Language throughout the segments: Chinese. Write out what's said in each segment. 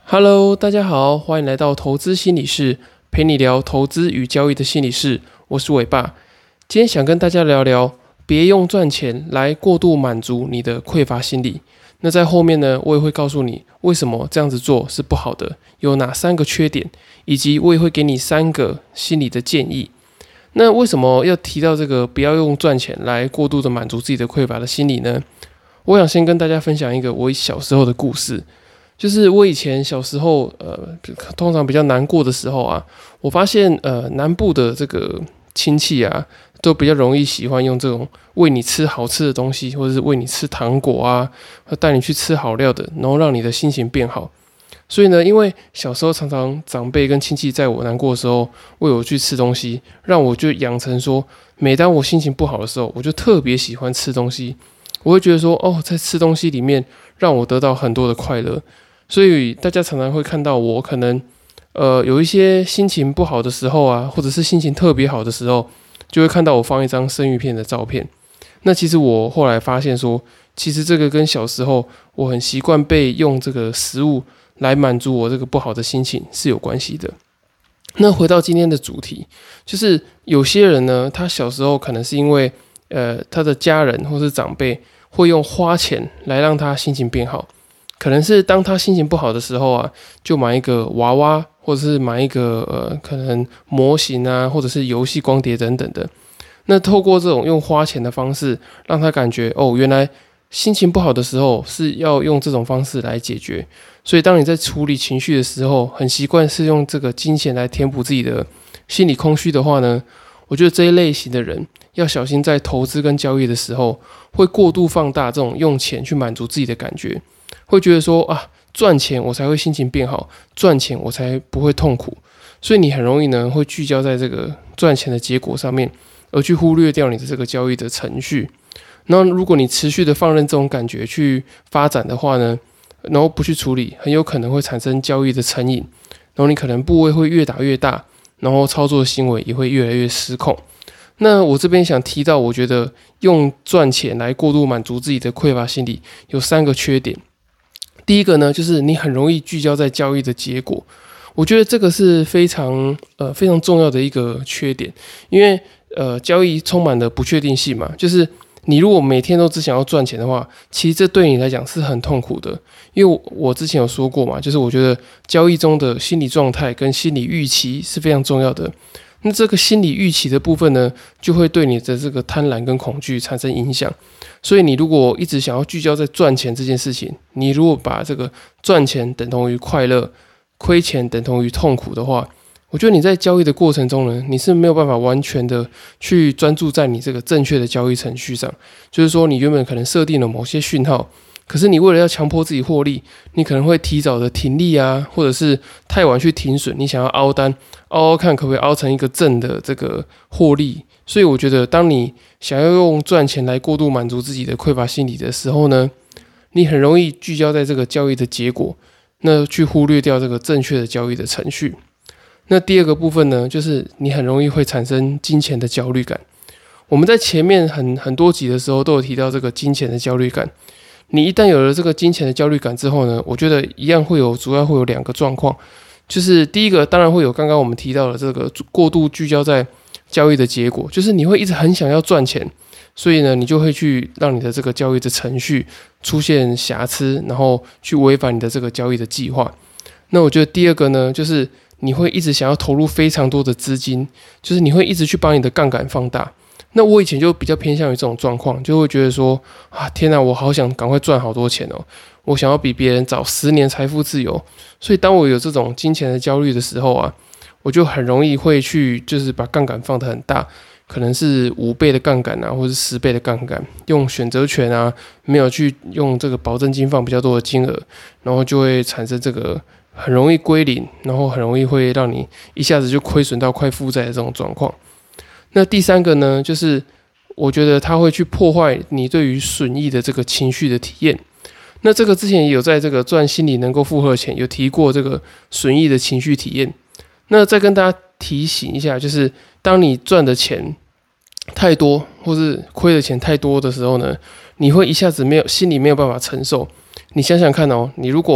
Hello，大家好，欢迎来到投资心理室，陪你聊投资与交易的心理室。我是伟爸，今天想跟大家聊聊，别用赚钱来过度满足你的匮乏心理。那在后面呢，我也会告诉你为什么这样子做是不好的，有哪3个缺点，以及我也会给你3个心理的建议。那为什么要提到这个不要用赚钱来过度的满足自己的匮乏的心理呢？我想先跟大家分享一个我小时候的故事。就是我以前小时候，通常比较难过的时候啊，我发现南部的这个亲戚啊，都比较容易喜欢用这种喂你吃好吃的东西，或者是喂你吃糖果啊，带你去吃好料的，然后让你的心情变好。所以呢，因为小时候常常长辈跟亲戚在我难过的时候喂我去吃东西，让我就养成说，每当我心情不好的时候，我就特别喜欢吃东西。我会觉得说，在吃东西里面让我得到很多的快乐。所以大家常常会看到我可能有一些心情不好的时候啊，或者是心情特别好的时候，就会看到我放一张生鱼片的照片。那其实我后来发现说，其实这个跟小时候我很习惯被用这个食物来满足我这个不好的心情是有关系的。那回到今天的主题，就是有些人呢，他小时候可能是因为他的家人或是长辈会用花钱来让他心情变好。可能是当他心情不好的时候啊，就买一个娃娃，或者是买一个可能模型啊，或者是游戏光碟等等的。那透过这种用花钱的方式，让他感觉原来心情不好的时候是要用这种方式来解决。所以当你在处理情绪的时候，很习惯是用这个金钱来填补自己的心理空虚的话呢，我觉得这一类型的人要小心，在投资跟交易的时候，会过度放大这种用钱去满足自己的感觉。会觉得说赚钱我才会心情变好，赚钱我才不会痛苦，所以你很容易呢会聚焦在这个赚钱的结果上面，而去忽略掉你的这个交易的程序。那如果你持续的放任这种感觉去发展的话呢，然后不去处理，很有可能会产生交易的成瘾，然后你可能部位会越打越大，然后操作行为也会越来越失控。那我这边想提到，我觉得用赚钱来过度满足自己的匮乏心理有3个缺点。第一个呢，就是你很容易聚焦在交易的结果，我觉得这个是非常重要的一个缺点，因为交易充满了不确定性嘛，就是你如果每天都只想要赚钱的话，其实这对你来讲是很痛苦的，因为我之前有说过嘛，就是我觉得交易中的心理状态跟心理预期是非常重要的。那这个心理预期的部分呢，就会对你的这个贪婪跟恐惧产生影响。所以你如果一直想要聚焦在赚钱这件事情，你如果把这个赚钱等同于快乐，亏钱等同于痛苦的话，我觉得你在交易的过程中呢，你是没有办法完全的去专注在你这个正确的交易程序上。就是说，你原本可能设定了某些讯号，可是你为了要强迫自己获利，你可能会提早的停利啊，或者是太晚去停损，你想要凹单，凹看可不可以凹成一个正的这个获利。所以我觉得，当你想要用赚钱来过度满足自己的匮乏心理的时候呢，你很容易聚焦在这个交易的结果，那去忽略掉这个正确的交易的程序。那第二个部分呢，就是你很容易会产生金钱的焦虑感。我们在前面很多集的时候都有提到这个金钱的焦虑感。你一旦有了这个金钱的焦虑感之后呢，我觉得一样主要会有2个状况，就是第一个当然会有刚刚我们提到的这个过度聚焦在交易的结果，就是你会一直很想要赚钱，所以呢，你就会去让你的这个交易的程序出现瑕疵，然后去违反你的这个交易的计划。那我觉得第二个呢，就是你会一直想要投入非常多的资金，就是你会一直去把你的杠杆放大。那我以前就比较偏向于这种状况，就会觉得说天哪，我好想赶快赚好多钱哦，我想要比别人早10年财富自由。所以当我有这种金钱的焦虑的时候啊，我就很容易会去就是把杠杆放得很大，可能是5倍的杠杆啊，或是10倍的杠杆，用选择权啊，没有去用这个保证金放比较多的金额，然后就会产生这个很容易归零，然后很容易会让你一下子就亏损到快负债的这种状况。那第3个呢，就是我觉得它会去破坏你对于损益的这个情绪的体验。那这个之前也有在这个赚心理能够负荷前有提过这个损益的情绪体验。那再跟大家提醒一下，就是当你赚的钱太多，或是亏的钱太多的时候呢，你会一下子心里没有办法承受。你想想看哦，你如果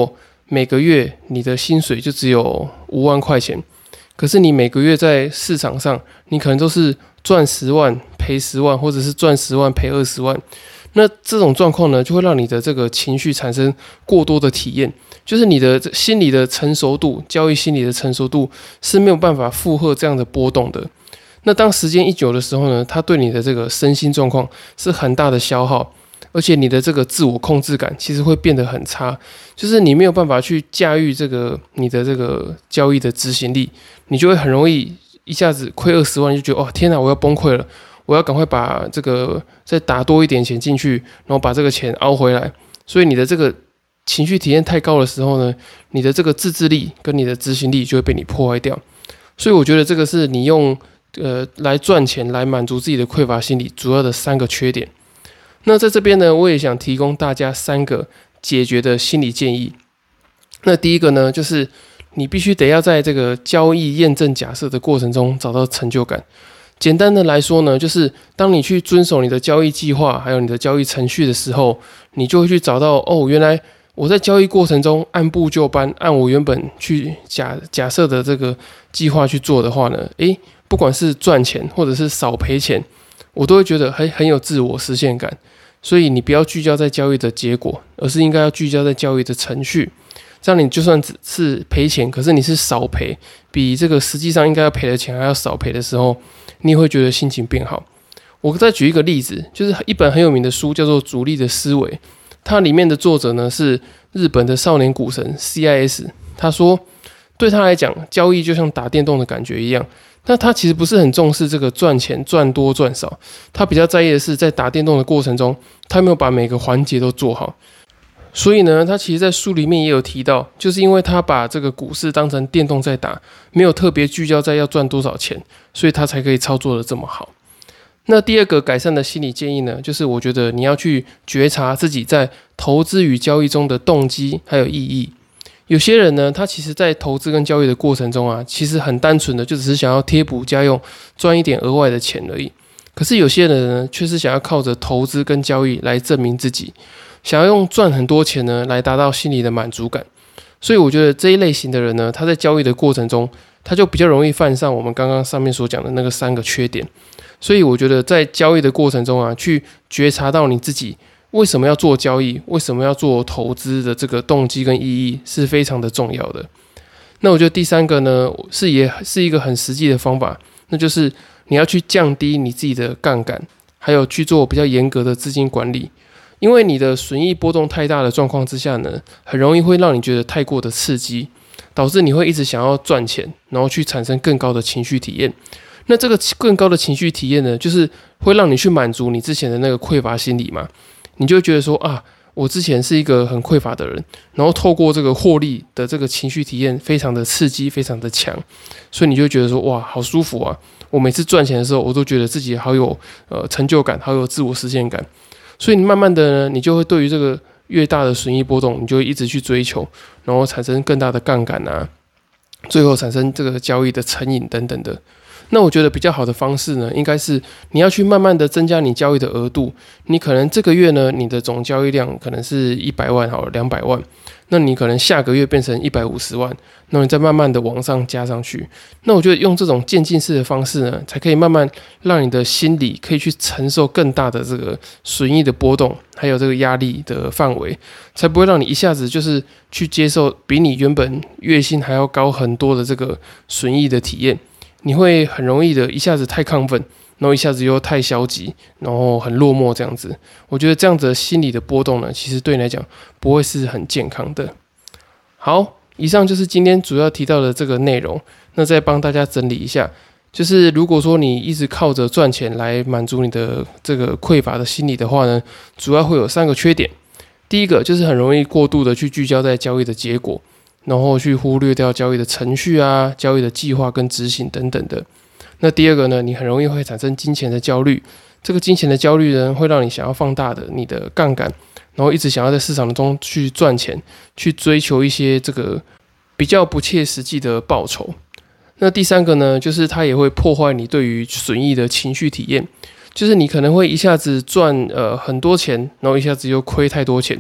每个月你的薪水就只有5万块钱，可是你每个月在市场上，你可能都是赚10万赔10万，或者是赚10万赔20万。那这种状况呢，就会让你的这个情绪产生过多的体验，就是你的心理的成熟度，交易心理的成熟度是没有办法负荷这样的波动的。那当时间一久的时候呢，它对你的这个身心状况是很大的消耗，而且你的这个自我控制感其实会变得很差，就是你没有办法去驾驭你的这个交易的执行力，你就会很容易一下子亏20万，就觉得哦天哪，我要崩溃了，我要赶快把这个再打多一点钱进去，然后把这个钱熬回来。所以你的这个情绪体验太高的时候呢，你的这个自制力跟你的执行力就会被你破坏掉。所以我觉得这个是你用来赚钱来满足自己的匮乏心理主要的3个缺点。那在这边呢，我也想提供大家3个解决的心理建议。那第一个呢，就是你必须得要在这个交易验证假设的过程中找到成就感。简单的来说呢，就是当你去遵守你的交易计划，还有你的交易程序的时候，你就会去找到原来我在交易过程中按部就班，按我原本去假设的这个计划去做的话呢，不管是赚钱或者是少赔钱，我都会觉得很有自我实现感。所以你不要聚焦在交易的结果，而是应该要聚焦在交易的程序。这样你就算只是赔钱，可是你是少赔，比这个实际上应该要赔的钱还要少赔的时候，你也会觉得心情变好。我再举一个例子，就是一本很有名的书叫做《主力的思维》，它里面的作者呢是日本的少年股神 CIS。他说，对他来讲，交易就像打电动的感觉一样。那他其实不是很重视这个赚钱赚多赚少，他比较在意的是在打电动的过程中，他没有把每个环节都做好。所以呢，他其实在书里面也有提到，就是因为他把这个股市当成电动在打，没有特别聚焦在要赚多少钱，所以他才可以操作的这么好。那第二个改善的心理建议呢，就是我觉得你要去觉察自己在投资与交易中的动机还有意义。有些人呢，他其实在投资跟交易的过程中啊，其实很单纯的就只是想要贴补家用，赚一点额外的钱而已。可是有些人呢，却是想要靠着投资跟交易来证明自己，想要用赚很多钱呢来达到心理的满足感。所以我觉得这一类型的人呢，他在交易的过程中，他就比较容易犯上我们刚刚上面所讲的那个3个缺点。所以我觉得在交易的过程中啊，去觉察到你自己为什么要做交易，为什么要做投资的这个动机跟意义是非常的重要的。那我觉得第3个呢，也是一个很实际的方法，那就是你要去降低你自己的杠杆，还有去做比较严格的资金管理。因为你的损益波动太大的状况之下呢，很容易会让你觉得太过的刺激，导致你会一直想要赚钱，然后去产生更高的情绪体验。那这个更高的情绪体验呢，就是会让你去满足你之前的那个匮乏心理嘛。你就会觉得说啊，我之前是一个很匮乏的人，然后透过这个获利的这个情绪体验非常的刺激，非常的强，所以你就会觉得说哇，好舒服啊！我每次赚钱的时候，我都觉得自己好有成就感，好有自我实现感。所以你慢慢的呢，你就会对于这个越大的损益波动，你就会一直去追求，然后产生更大的杠杆啊，最后产生这个交易的成瘾等等的。那我觉得比较好的方式呢，应该是你要去慢慢的增加你交易的额度。你可能这个月呢，你的总交易量可能是100万好了，200万，那你可能下个月变成150万，那你再慢慢的往上加上去。那我觉得用这种渐进式的方式呢，才可以慢慢让你的心理可以去承受更大的这个损益的波动，还有这个压力的范围，才不会让你一下子就是去接受比你原本月薪还要高很多的这个损益的体验。你会很容易的一下子太亢奋，然后一下子又太消极，然后很落寞这样子。我觉得这样子的心理的波动呢，其实对你来讲不会是很健康的。好，以上就是今天主要提到的这个内容。那再帮大家整理一下，就是如果说你一直靠着赚钱来满足你的这个匮乏的心理的话呢，主要会有3个缺点。第一个就是很容易过度的去聚焦在交易的结果，然后去忽略掉交易的程序啊、交易的计划跟执行等等的。那第二个呢，你很容易会产生金钱的焦虑。这个金钱的焦虑呢，会让你想要放大的你的杠杆，然后一直想要在市场中去赚钱，去追求一些这个比较不切实际的报酬。那第3个呢，就是它也会破坏你对于损益的情绪体验。就是你可能会一下子赚很多钱，然后一下子又亏太多钱，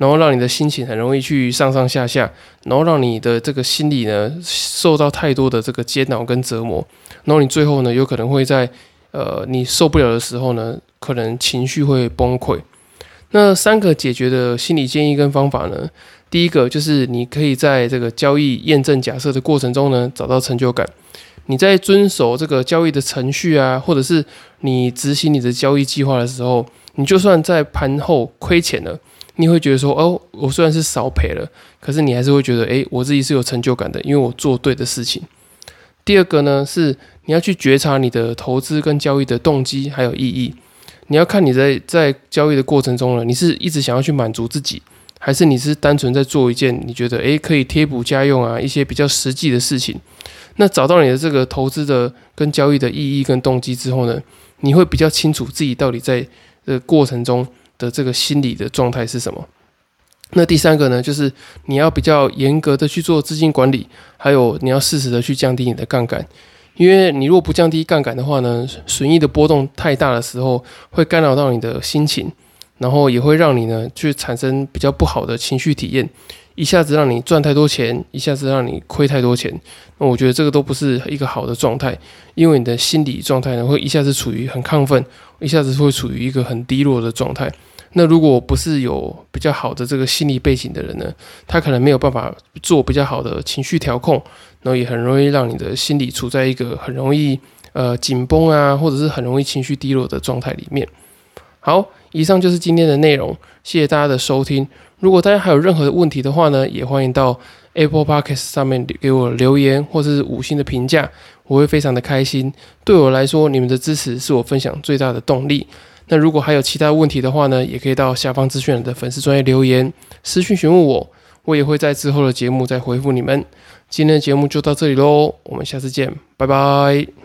然后让你的心情很容易去上上下下，然后让你的这个心理呢受到太多的这个煎熬跟折磨，然后你最后呢有可能会在你受不了的时候呢，可能情绪会崩溃。那3个解决的心理建议跟方法呢，第一个就是你可以在这个交易验证假设的过程中呢找到成就感。你在遵守这个交易的程序啊，或者是你执行你的交易计划的时候，你就算在盘后亏钱了，你会觉得说，哦，我虽然是少赔了，可是你还是会觉得，我自己是有成就感的，因为我做对的事情。第二个呢，是你要去觉察你的投资跟交易的动机还有意义。你要看你在交易的过程中呢，你是一直想要去满足自己，还是你是单纯在做一件你觉得可以贴补家用啊一些比较实际的事情。那找到你的这个投资的跟交易的意义跟动机之后呢，你会比较清楚自己到底在这个过程中的这个心理的状态是什么。那第3个呢，就是你要比较严格的去做资金管理，还有你要适时的去降低你的杠杆。因为你如果不降低杠杆的话呢，损益的波动太大的时候，会干扰到你的心情，然后也会让你呢去产生比较不好的情绪体验。一下子让你赚太多钱，一下子让你亏太多钱，那我觉得这个都不是一个好的状态，因为你的心理状态呢会一下子处于很亢奋，一下子会处于一个很低落的状态。那如果不是有比较好的这个心理背景的人呢，他可能没有办法做比较好的情绪调控，然后也很容易让你的心理处在一个很容易紧绷啊，或者是很容易情绪低落的状态里面。好，以上就是今天的内容，谢谢大家的收听。如果大家还有任何的问题的话呢，也欢迎到 Apple Podcast 上面给我留言或是5星的评价，我会非常的开心。对我来说，你们的支持是我分享最大的动力。那如果还有其他问题的话呢，也可以到下方资讯栏的粉丝专页留言私讯询问我，我也会在之后的节目再回复你们。今天的节目就到这里咯，我们下次见，拜拜。